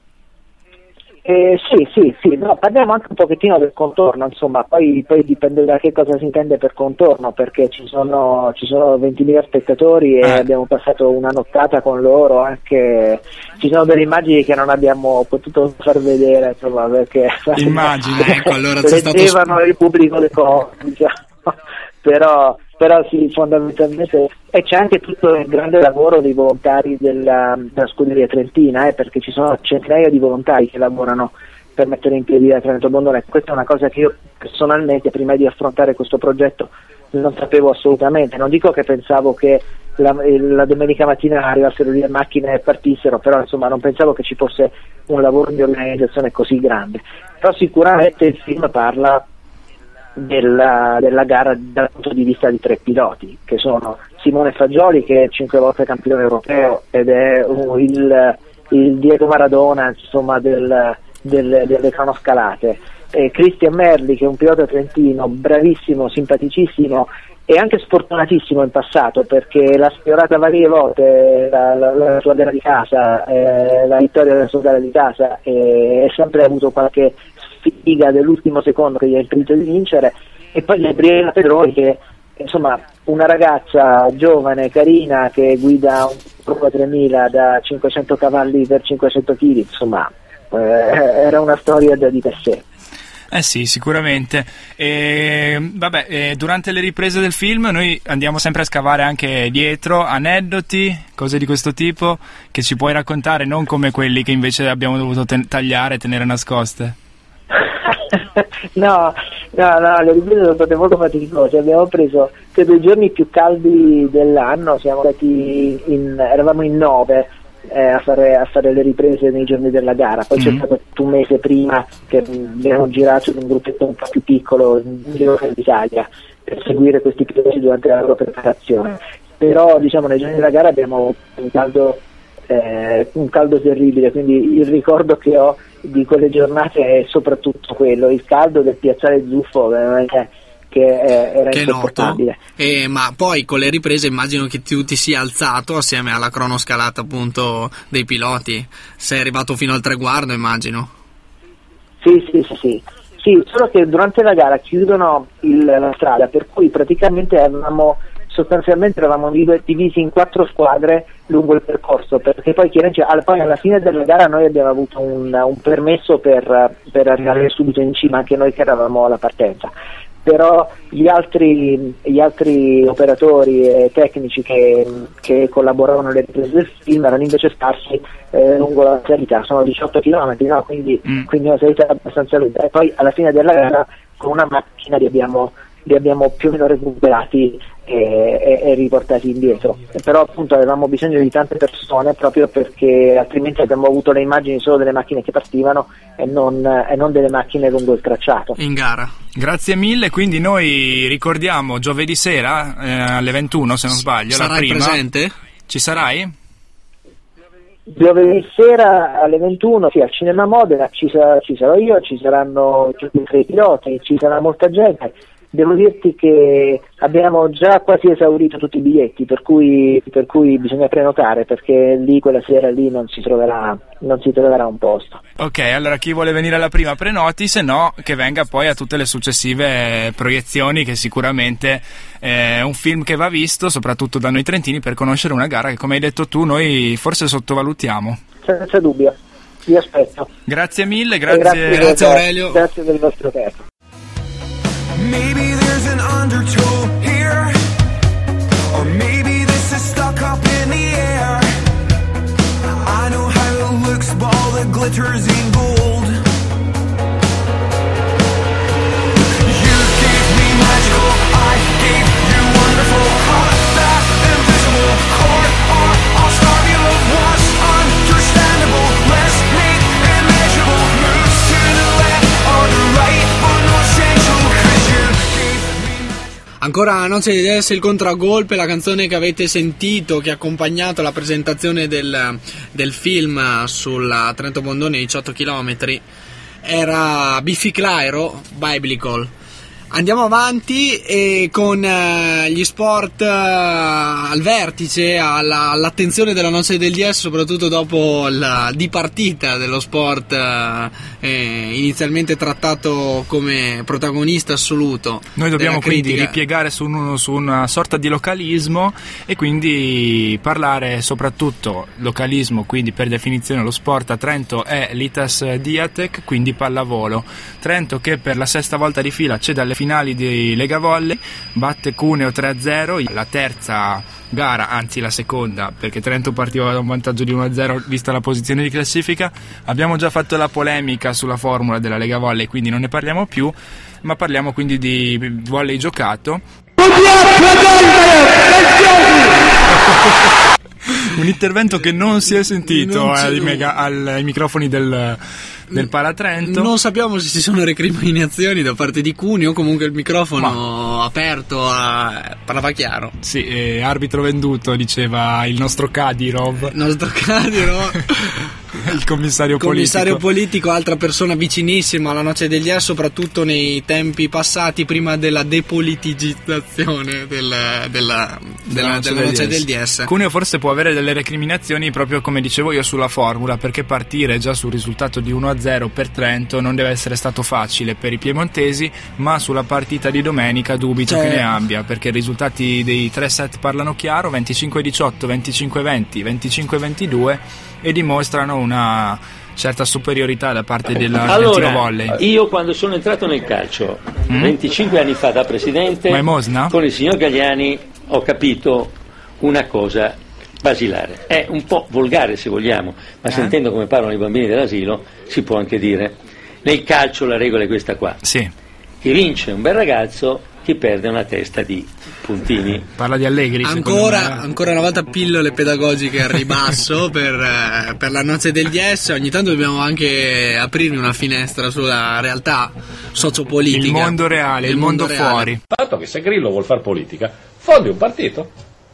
U: Eh, sì, sì, sì, no, parliamo anche un pochettino del contorno, insomma, poi, poi dipende da che cosa si intende per contorno, perché ci sono, ci sono ventimila spettatori e eh. abbiamo passato una nottata con loro, anche ci sono delle immagini che non abbiamo potuto far vedere, insomma, perché
D: immagini, ecco, allora c'è stato
U: leggevano il pubblico le cose, diciamo. però però sì, fondamentalmente, e c'è anche tutto il grande lavoro dei volontari della, della scuderia trentina, eh, perché ci sono centinaia di volontari che lavorano per mettere in piedi la Trento Bondone. Questa è una cosa che io personalmente, prima di affrontare questo progetto, non sapevo assolutamente. Non dico che pensavo che la, la domenica mattina arrivassero le macchine e partissero, però insomma non pensavo che ci fosse un lavoro di organizzazione così grande. Però sicuramente il film parla Della, della gara dal punto di vista di tre piloti, che sono Simone Fagioli, che è cinque volte campione europeo ed è uh, il, il Diego Maradona, insomma, del, del, delle cronoscalate, e Christian Merli, che è un pilota trentino bravissimo, simpaticissimo e anche sfortunatissimo in passato, perché l'ha sfiorata varie volte la, la, la sua gara di casa, eh, la vittoria della sua gara di casa, e ha sempre avuto qualche sfiga dell'ultimo secondo che gli ha impedito di vincere. E poi Gabriella Pedroni, che insomma una ragazza giovane, carina, che guida un Pro tremila da cinquecento cavalli per cinquecento chili, insomma eh, era una storia da di per sé.
A: Eh sì, sicuramente. E, vabbè, e durante le riprese del film noi andiamo sempre a scavare anche dietro aneddoti, cose di questo tipo che ci puoi raccontare, non come quelli che invece abbiamo dovuto ten- tagliare e tenere nascoste.
U: no, no, no, le riprese sono state molto faticose. Abbiamo preso credo i giorni più caldi dell'anno, siamo stati in, eravamo in nove eh, a, fare, a fare le riprese nei giorni della gara. Poi mm-hmm. c'è stato un mese prima che abbiamo girato in un gruppetto un po' più piccolo in giro per l'Italia per seguire questi piloti durante la loro preparazione. Però diciamo nei giorni della gara abbiamo un caldo eh, un caldo terribile, quindi il ricordo che ho di quelle giornate è soprattutto quello, il caldo del piazzale Zuffo, veramente, che era
D: che
U: insopportabile.
D: Eh, ma poi con le riprese immagino che tu ti sia alzato assieme alla cronoscalata appunto dei piloti, sei arrivato fino al traguardo, immagino.
U: Sì, sì, sì, sì, sì, solo che durante la gara chiudono il, la strada, per cui praticamente avevamo sostanzialmente eravamo divisi in quattro squadre lungo il percorso, perché poi, poi alla fine della gara noi abbiamo avuto un, un permesso per, per arrivare subito in cima, anche noi che eravamo alla partenza, però gli altri, gli altri operatori e tecnici che, che collaboravano alle riprese del film erano invece sparsi eh, lungo la salita, sono diciotto chilometri, no? quindi, mm. quindi una salita abbastanza lunga, e poi alla fine della gara con una macchina li abbiamo, li abbiamo più o meno recuperati E, e, e riportati indietro, però appunto avevamo bisogno di tante persone proprio perché altrimenti abbiamo avuto le immagini solo delle macchine che partivano e non, e non delle macchine lungo il tracciato
D: in gara.
A: Grazie mille, quindi noi ricordiamo giovedì sera eh, alle ventuno, se non sbaglio.
D: Sarai
A: la prima.
D: presente?
A: Ci sarai?
U: Giovedì sera alle ventuno, sì, al Cinema Modena ci, sarà, ci sarò io, ci saranno tutti e tre i piloti, ci sarà molta gente. devo dirti che abbiamo già quasi esaurito tutti i biglietti, per cui, per cui bisogna prenotare, perché lì quella sera lì non si troverà, non si troverà un posto.
A: Ok, allora chi vuole venire alla prima prenoti, se no che venga poi a tutte le successive proiezioni, che sicuramente è un film che va visto soprattutto da noi trentini per conoscere una gara che, come hai detto tu, noi forse sottovalutiamo.
U: Senza dubbio, vi aspetto.
A: Grazie mille, grazie,
U: grazie,
A: grazie Aurelio.
U: Grazie del vostro tempo.
Q: Maybe there's an undertow here, or maybe this is stuck up in the air. I know how it looks, but all that glitters ain't gold. You gave me magical, I gave you wonderful. Caught that invisible chord, or I'll starve you of what's understandable. Let's make immeasurable moves to the left or the right, but no essential.
D: Ancora non c'è idea se il contragolpe, la canzone che avete sentito che ha accompagnato la presentazione del, del film sulla Trento Bondone diciotto chilometri era Biffy Clyro, Biblical. Andiamo avanti e con eh, gli sport eh, al vertice, alla, all'attenzione della noce del D S, soprattutto dopo la dipartita dello sport eh, eh, inizialmente trattato come protagonista assoluto.
A: Noi dobbiamo quindi ripiegare su, un, su una sorta di localismo e quindi parlare soprattutto localismo, quindi per definizione lo sport a Trento è l'Itas Diatec, quindi pallavolo. Trento che per la sesta volta di fila c'è dalle finali di Lega Volley, batte Cuneo tre a zero, la terza gara, anzi la seconda, perché Trento partiva da un vantaggio di uno a zero vista la posizione di classifica. Abbiamo già fatto la polemica sulla formula della Lega Volley, quindi non ne parliamo più, ma parliamo quindi di volley giocato. Un intervento che non si è sentito ai, mega, al, ai microfoni del, del Palatrento.
D: Non sappiamo se ci sono recriminazioni da parte di Cuneo, comunque il microfono Ma... aperto a... parlava chiaro.
A: Sì, eh, arbitro venduto, diceva il nostro Kadyrov.
D: Il nostro Kadyrov.
A: Il commissario,
D: commissario
A: politico.
D: politico, altra persona vicinissima alla noce degli S, soprattutto nei tempi passati prima della depoliticizzazione del, della, della, della noce, della noce del D S.
A: Cuneo forse può avere delle recriminazioni proprio come dicevo io sulla formula, perché partire già sul risultato di uno a zero per Trento non deve essere stato facile per i piemontesi, ma sulla partita di domenica dubito cioè... che ne abbia, perché i risultati dei tre set parlano chiaro, venticinque a diciotto, venticinque a venti, venticinque a ventidue, e dimostrano una certa superiorità da parte della
F: allora,
A: volley.
F: Io quando sono entrato nel calcio mm? venticinque anni fa da presidente con il signor Gagliani ho capito una cosa basilare, è un po' volgare se vogliamo, ma eh? sentendo come parlano i bambini dell'asilo si può anche dire: nel calcio la regola è questa qua,
A: sì.
F: Chi vince è un bel ragazzo, chi perde una testa di puntini.
A: Parla di Allegri.
D: Ancora, ancora una volta pillole pedagogiche al ribasso per, per la noce del D S. Ogni tanto dobbiamo anche aprirmi una finestra sulla realtà sociopolitica.
A: Il mondo reale, il, il mondo, mondo fuori.
V: Tanto che se Grillo vuol far politica, fondi un partito,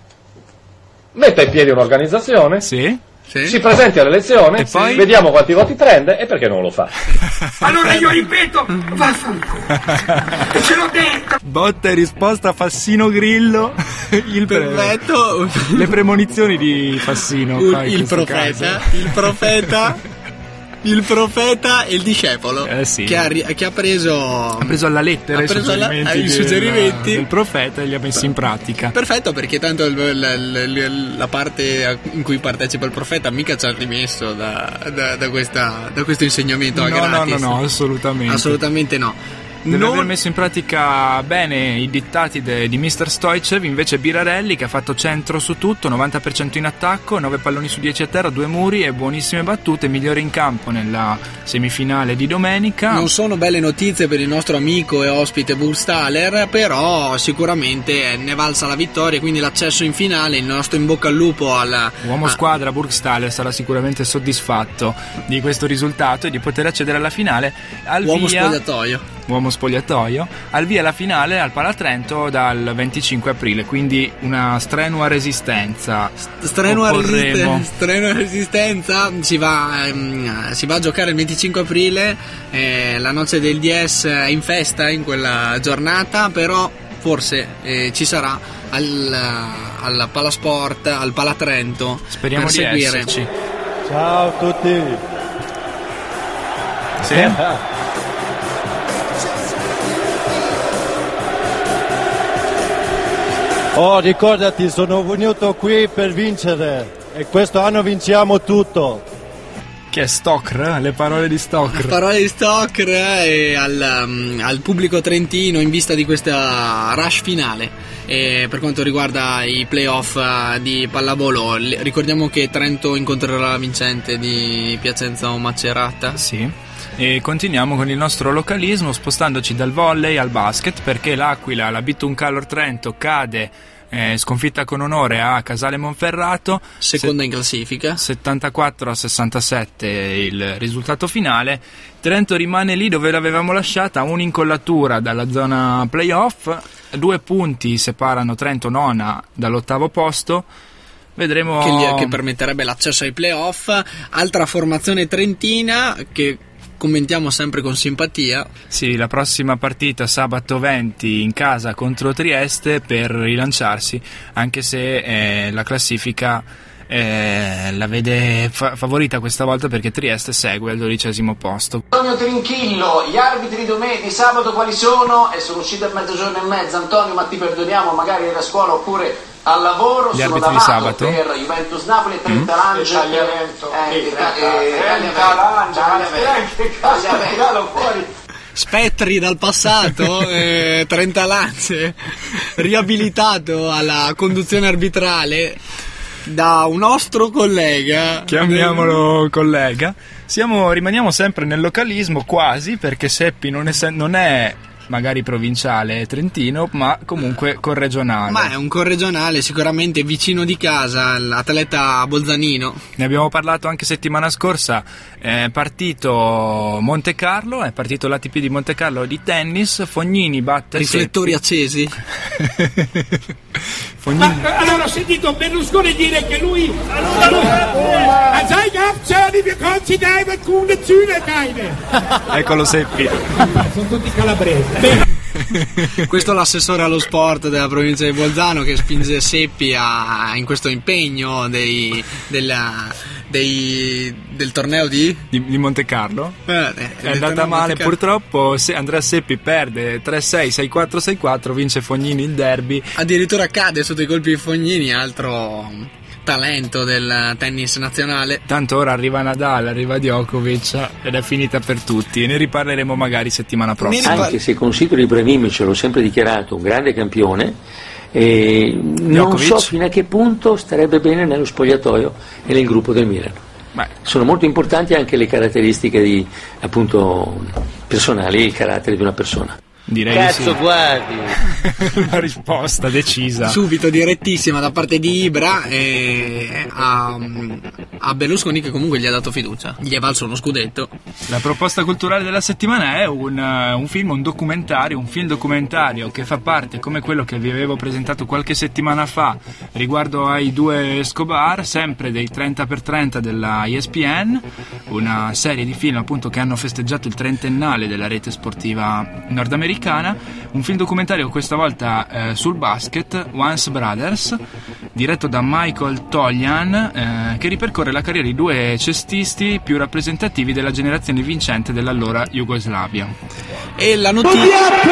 V: metta in piedi un'organizzazione,
A: sì.
V: Sì. si presenti alle elezioni,
A: e poi?
V: vediamo quanti voti prende e perché non lo fa.
E: Allora io ripeto, vaffanculo. Ce l'ho detto.
A: Botta e risposta Fassino Grillo. Il
D: perfetto.
A: Pre... Le premonizioni di Fassino.
D: Un, il profeta, caso. il profeta. Il profeta e il discepolo
A: eh sì.
D: che, ha, che ha preso
A: ha preso alla lettera
D: ha preso
A: i suggerimenti,
D: alla, i suggerimenti.
A: Del, del profeta e li ha messi in pratica.
D: Perfetto, perché tanto il, la, la, la parte in cui partecipa il profeta mica ci ha rimesso da, da, da, questa, da questo insegnamento
A: no,
D: a gratis.
A: No, no, no, assolutamente
D: assolutamente no.
A: Deve
D: non...
A: aver messo in pratica bene i dittati de, di mister Stoichev. Invece Birarelli, che ha fatto centro su tutto, novanta per cento in attacco, nove palloni su dieci a terra, due muri e buonissime battute, migliore in campo nella semifinale di domenica.
D: Non sono belle notizie per il nostro amico e ospite Burgstaller, però sicuramente ne valsa la vittoria, quindi l'accesso in finale. Il nostro in bocca al lupo alla
A: uomo
D: ah.
A: squadra Burgstaller sarà sicuramente soddisfatto di questo risultato e di poter accedere alla finale. Al
D: uomo
A: via...
D: spogliatoio
A: uomo spogliatoio, al via la finale al Palatrento dal venticinque aprile, quindi una strenua resistenza.
D: Strenua,
A: Opporremo.
D: resisten- strenua resistenza, si va, ehm, si va a giocare il venticinque aprile, eh, la noce del diez è in festa in quella giornata, però forse eh, ci sarà al, al Palasport, al Palatrento.
A: Speriamo
D: per
A: di
D: seguire.
A: esserci.
B: Ciao a tutti.
A: Sì?
B: Oh, ricordati, sono venuto qui per vincere e questo anno vinciamo tutto.
A: Che è Stoker? Le parole di Stoker.
D: Parole di Stoker e al, um, al pubblico trentino in vista di questa rush finale. E per quanto riguarda i playoff uh, di pallavolo, l- ricordiamo che Trento incontrerà la vincente di Piacenza o Macerata.
A: Sì. E continuiamo con il nostro localismo spostandoci dal volley al basket, perché l'Aquila, la Bitun Calor Trento, cade eh, sconfitta con onore a Casale Monferrato,
D: seconda
A: se-
D: in classifica,
A: settantaquattro a sessantasette il risultato finale. Trento rimane lì dove l'avevamo lasciata, un'incollatura dalla zona playoff, due punti separano Trento nona dall'ottavo posto. Vedremo
D: che, gli, che permetterebbe l'accesso ai playoff. Altra formazione trentina che commentiamo sempre con simpatia.
A: Sì, la prossima partita sabato venti in casa contro Trieste per rilanciarsi, anche se eh, la classifica eh, la vede fa- favorita questa volta, perché Trieste segue al dodicesimo posto.
L: Antonio Trinchillo, gli arbitri dome- di sabato quali sono? E sono usciti a mezzogiorno e mezzo. Antonio, ma ti perdoniamo, magari eri a scuola oppure al lavoro.
A: Gli
L: sono
A: arbitri di
L: D'Amato
A: sabato
L: per Juventus Napoli, trenta
A: Mm.
L: Lange
T: Tagliamento,
L: fuori.
D: Spettri dal passato, eh, trenta lance, riabilitato alla conduzione arbitrale da un nostro collega.
A: Chiamiamolo collega. Siamo, rimaniamo sempre nel localismo quasi, perché Seppi non è, non è magari provinciale trentino, ma comunque corregionale.
D: Ma è un corregionale sicuramente vicino di casa, l'atleta bolzanino.
A: Ne abbiamo parlato anche settimana scorsa. È partito Monte Carlo, è partito l'A T P di Monte Carlo di tennis. Fognini batte
D: riflettori
A: Seppi.
D: accesi.
A: Fognini.
E: Ma allora ho sentito Berlusconi dire che lui a sai Gafciani wir können sie da über Kunde Züne keine.
A: Eccolo Seppi.
E: Sono tutti calabresi.
D: Questo è l'assessore allo sport della provincia di Bolzano che spinge Seppi a, in questo impegno dei, della, dei, del torneo di,
A: di, di Monte Carlo.
D: Eh,
A: è andata male purtroppo. Se Andrea Seppi perde tre sei, sei quattro, sei quattro, vince Fognini il derby.
D: Addirittura cade sotto i colpi di Fognini, altro talento del tennis nazionale.
A: Tanto ora arriva Nadal, arriva Djokovic ed è finita per tutti, e ne riparleremo magari settimana prossima.
F: Anche se considero Ibrahimovic, l'ho sempre dichiarato, un grande campione, e non so fino a che punto starebbe bene nello spogliatoio e nel gruppo del Milan.
A: Beh.
F: Sono molto importanti anche le caratteristiche di, appunto, personali, il carattere di una persona.
A: Direi
F: Cazzo,
A: di sì.
F: guardi!
A: Una risposta decisa.
D: Subito, direttissima da parte di Ibra e a, a Berlusconi, che comunque gli ha dato fiducia. Gli è valso uno scudetto.
A: La proposta culturale della settimana è un, un film, un documentario, un film documentario che fa parte, come quello che vi avevo presentato qualche settimana fa riguardo ai due Escobar, sempre dei trenta per trenta della E S P N, una serie di film appunto che hanno festeggiato il trentennale della rete sportiva nordamericana. Un film documentario questa volta eh, sul basket, Once Brothers, diretto da Michael Toljan, eh, che ripercorre la carriera di due cestisti più rappresentativi della generazione vincente dell'allora Jugoslavia.
D: E la notizia...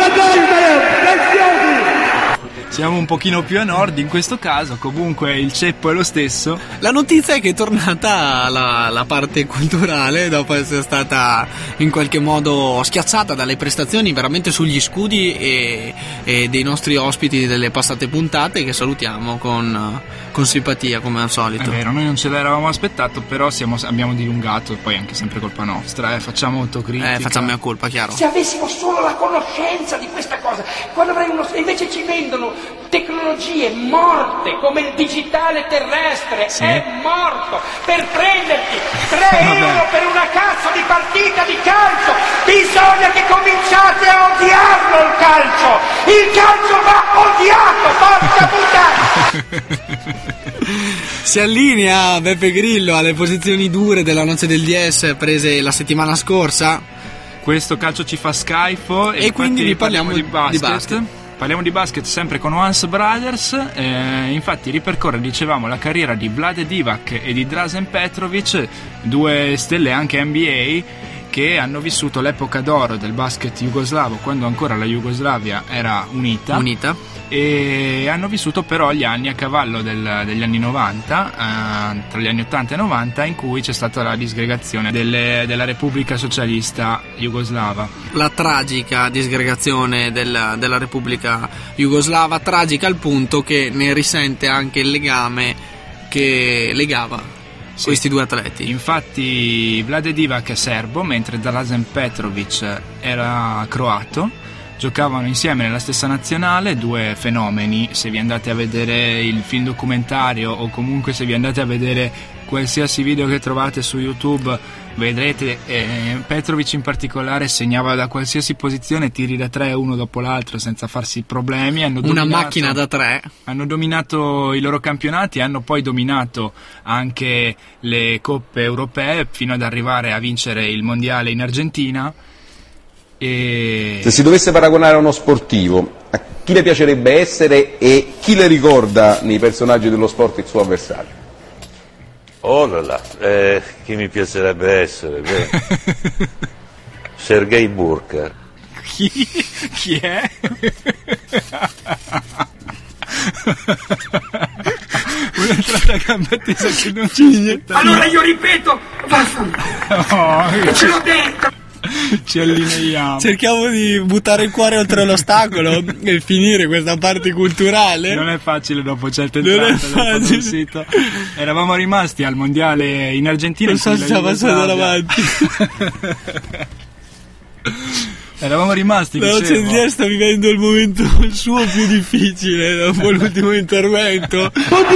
A: Siamo un pochino più a nord in questo caso, comunque il ceppo è lo stesso.
D: La notizia è che è tornata la, la parte culturale dopo essere stata in qualche modo schiacciata dalle prestazioni veramente sugli scudi e, e dei nostri ospiti delle passate puntate, che salutiamo con, con simpatia come al solito.
A: È vero, noi non ce l'eravamo aspettato, però siamo, abbiamo dilungato, poi anche sempre colpa nostra, eh, facciamo autocritica.
D: Eh, facciamo mia colpa, chiaro.
E: Se avessimo solo la conoscenza di questa cosa, quando avrei uno... invece ci vendono tecnologie morte come il digitale terrestre,
A: sì.
E: È morto per prenderti tre euro per una cazzo di partita di calcio. Bisogna che cominciate a odiarlo il calcio! Il calcio va odiato, porca puttana!
D: Si allinea Beppe Grillo alle posizioni dure della noce del D S prese la settimana scorsa.
A: Questo calcio ci fa schifo e,
D: e quindi vi parliamo,
A: parliamo di, basket.
D: di basket.
A: Parliamo di basket sempre con Once Brothers, eh, infatti ripercorre, dicevamo, la carriera di Vlade Divac e di Dražen Petrovic, due stelle anche N B A che hanno vissuto l'epoca d'oro del basket jugoslavo quando ancora la Jugoslavia era unita,
D: unita.
A: E hanno vissuto però gli anni a cavallo del, degli anni novanta, eh, tra gli anni ottanta e novanta, in cui c'è stata la disgregazione delle, della Repubblica Socialista Jugoslava.
D: La tragica disgregazione della, della Repubblica Jugoslava, tragica al punto che ne risente anche il legame che legava sì. questi due atleti.
A: Infatti Vlade Divac è serbo, mentre Dražen Petrovic era croato. Giocavano insieme nella stessa nazionale, due fenomeni. Se vi andate a vedere il film documentario o comunque se vi andate a vedere qualsiasi video che trovate su YouTube, vedrete eh, Petrovic in particolare segnava da qualsiasi posizione tiri da tre uno dopo l'altro senza farsi problemi. Hanno
D: Una dominato, macchina da tre.
A: Hanno dominato i loro campionati, hanno poi dominato anche le coppe europee fino ad arrivare a vincere il mondiale in Argentina. E...
G: Se si dovesse paragonare a uno sportivo, a chi le piacerebbe essere e chi le ricorda nei personaggi dello sport il suo avversario?
I: Oh là là, eh, chi mi piacerebbe essere? Beh, Sergei Burka.
A: Chi? Chi è? Un'entrata a gamba tesa che non ci
E: allora io ripeto, vaffanculo, oh, ce l'ho detto.
A: Ci allineiamo.
D: Cerchiamo di buttare il cuore oltre l'ostacolo e finire questa parte culturale.
A: Non è facile dopo certe entrate del sito. Eravamo rimasti al mondiale in Argentina.
D: Non so se ci passando davanti.
A: Eravamo rimasti.
D: La noce del D S sta vivendo il momento il suo più difficile dopo l'ultimo intervento.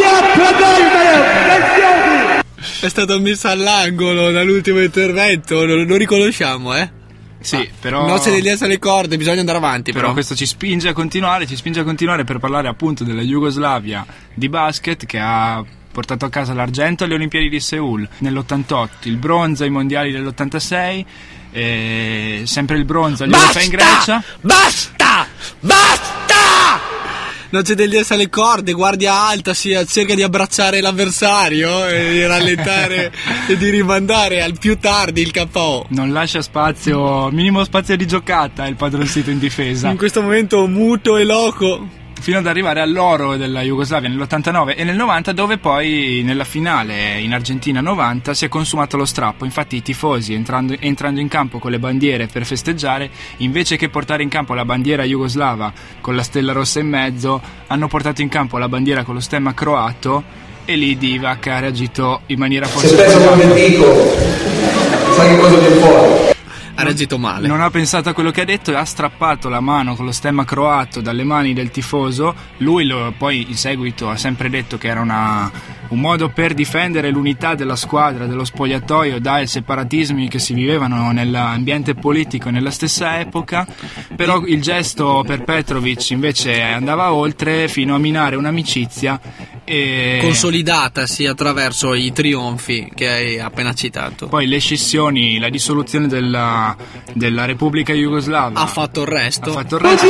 D: È stato messo all'angolo dall'ultimo intervento, lo, lo riconosciamo, eh?
A: Sì, ah,
D: però... Noce degli S alle corde, bisogna andare avanti, però.
A: Però questo ci spinge a continuare, ci spinge a continuare per parlare appunto della Jugoslavia di basket che ha portato a casa l'argento alle Olimpiadi di Seul nell'ottantotto, il bronzo ai mondiali dell'ottantasei, e sempre il bronzo agli europei in Grecia.
D: Basta! Basta! Noce degli S alle corde, guardia alta, si cerca di abbracciare l'avversario e di rallentare e di rimandare al più tardi il K O.
A: Non lascia spazio, minimo spazio di giocata il padroncito in difesa.
D: In questo momento muto e loco.
A: Fino ad arrivare all'oro della Jugoslavia nell'ottantanove e nel novanta, dove poi nella finale in Argentina novanta si è consumato lo strappo. Infatti i tifosi entrando, entrando in campo con le bandiere per festeggiare, invece che portare in campo la bandiera jugoslava con la stella rossa in mezzo, hanno portato in campo la bandiera con lo stemma croato, e lì Divac ha reagito in maniera forse
G: se penso come dico, sai che cosa viene fuori.
D: Ha reagito male.
A: Non ha pensato a quello che ha detto e ha strappato la mano con lo stemma croato dalle mani del tifoso. Lui lo, poi in seguito ha sempre detto che era una, un modo per difendere l'unità della squadra, dello spogliatoio dai separatismi che si vivevano nell'ambiente politico nella stessa epoca. Però il gesto per Petrovic invece andava oltre, fino a minare un'amicizia e...
D: consolidatasi attraverso i trionfi che hai appena citato.
A: Poi le scissioni, la dissoluzione della della Repubblica Jugoslava
D: ha fatto il resto.
A: Ha fatto il resto.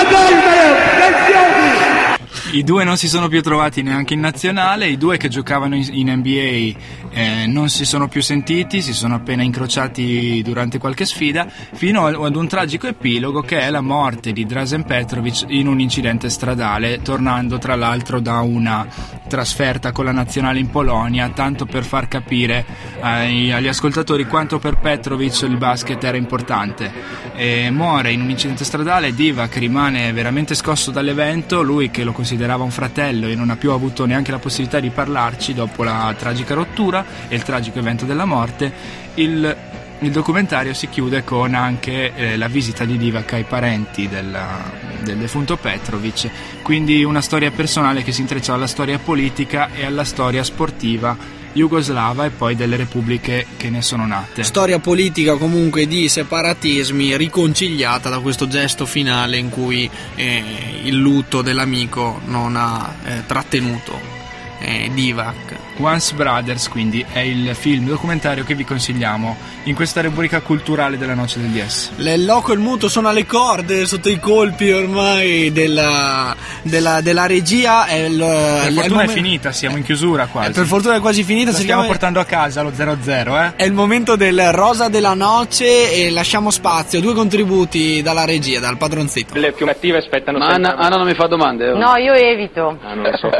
A: I due non si sono più trovati neanche in nazionale, i due che giocavano in, in N B A eh, non si sono più sentiti, si sono appena incrociati durante qualche sfida, fino ad un tragico epilogo che è la morte di Dražen Petrovic in un incidente stradale, tornando tra l'altro da una trasferta con la nazionale in Polonia, tanto per far capire ai, agli ascoltatori quanto per Petrovic il basket era importante. E muore in un incidente stradale. Divac rimane veramente scosso dall'evento, lui che lo considerava un fratello e non ha più avuto neanche la possibilità di parlarci dopo la tragica rottura e il tragico evento della morte. Il, il documentario si chiude con anche eh, la visita di Divac ai parenti della, del defunto Petrovic, quindi una storia personale che si intreccia alla storia politica e alla storia sportiva jugoslava e poi delle repubbliche che ne sono nate.
D: Storia politica comunque di separatismi riconciliata da questo gesto finale in cui eh, il lutto dell'amico non ha eh, trattenuto eh, Divac.
A: Once Brothers, quindi, è il film documentario che vi consigliamo in questa rubrica culturale della Noce del dieci.
D: Il loco e il muto sono alle corde sotto i colpi ormai della, della, della regia. È il,
A: per
D: il,
A: fortuna
D: il
A: è finita, siamo in chiusura quasi.
D: Eh, per fortuna è quasi finita.
A: La stiamo portando a casa lo zero zero, eh?
D: È il momento del Rosa della Noce e lasciamo spazio, due contributi dalla regia, dal padronzito.
S: Le più cattive aspettano
H: Ma Anna, Anna non mi fa domande? Oh?
N: No, io evito.
S: Ah, non lo so.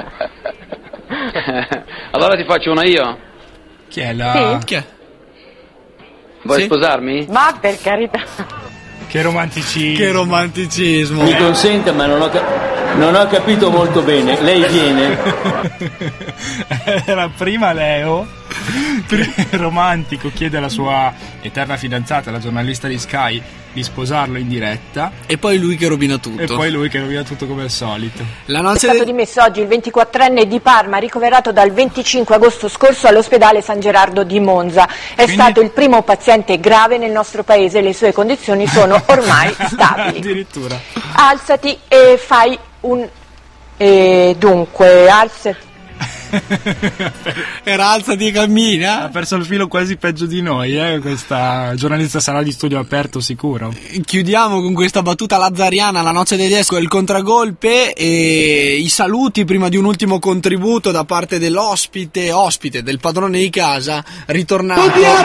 H: Allora ti faccio una io.
A: Chi è la...
N: Sì.
D: Chi è?
H: Vuoi
D: Sì?
H: sposarmi?
N: Ma per carità.
A: Che romanticismo.
D: Che romanticismo.
F: Mi consente, ma non ho, ca- non ho capito molto bene. Lei viene?
A: Era prima Leo, romantico, chiede alla sua eterna fidanzata, la giornalista di Sky, di sposarlo in diretta.
D: E poi lui che rovina tutto.
A: E poi lui che rovina tutto come al solito.
D: La
J: È
D: noce
J: stato
D: del...
J: dimesso oggi il ventiquattrenne di Parma, ricoverato dal venticinque agosto scorso all'ospedale San Gerardo di Monza. È
A: Quindi...
J: stato il primo paziente grave nel nostro paese, le sue condizioni sono ormai stabili.
A: Addirittura.
J: Alzati e fai un... E dunque, alzati.
D: Era alzati e cammina.
A: Ha perso il filo quasi peggio di noi, eh? Questa giornalista sarà di studio aperto sicuro.
D: Chiudiamo con questa battuta lazzariana, la noce degli esco, il contragolpe e i saluti prima di un ultimo contributo da parte dell'ospite, ospite del padrone di casa, ritornato.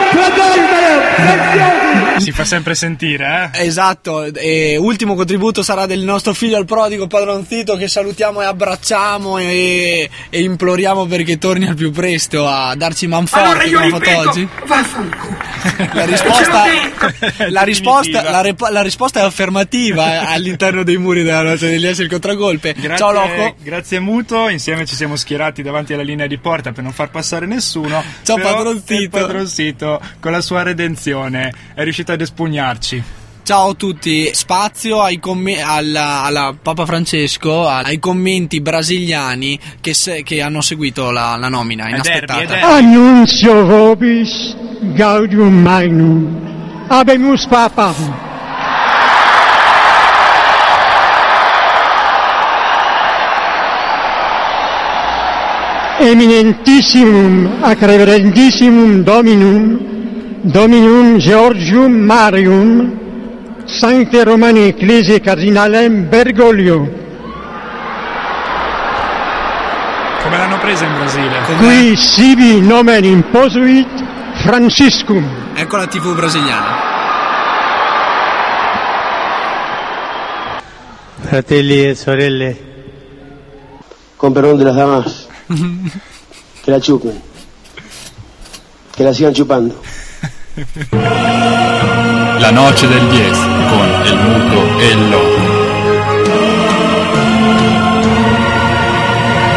A: Si fa sempre sentire, eh?
D: Esatto, e ultimo contributo sarà del nostro figlio al prodigo padronzito, che salutiamo e abbracciamo e, e imploriamo perché torni al più presto a darci manforte.
E: Allora io ripeto,
D: oggi.
E: vaffanculo.
D: La risposta, la, risposta la, rep- la risposta è affermativa all'interno dei muri della noce degli essi, il contragolpe.
A: Grazie,
D: ciao Loco.
A: Grazie Muto, insieme ci siamo schierati davanti alla linea di porta per non far passare nessuno.
D: Ciao
A: però
D: padronzito.
A: il padronzito con la sua redenzione è riuscito ad espugnarci.
D: Ciao a tutti, spazio ai comm- alla, alla Papa Francesco, ai commenti brasiliani che, se- che hanno seguito la, la nomina inaspettata.
W: Annunzio vobis gaudium magnum, habemus papam. Eminentissimum ac reverendissimum dominum, dominum Georgium Marium, Sancte Romani Ecclesiae Cardinalem Bergoglio.
A: Come l'hanno presa in Brasile?
W: Qui sibi nomen imposuit Franciscum.
D: Ecco la tivù brasiliana.
X: Fratelli e sorelle,
Y: con perdón de las damas, que la chupen, que la sigan chupando.
A: La noce del diez con il muto e il loco.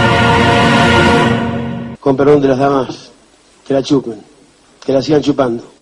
Y: Con perdón de las damas, que la chupen, que la sigan chupando.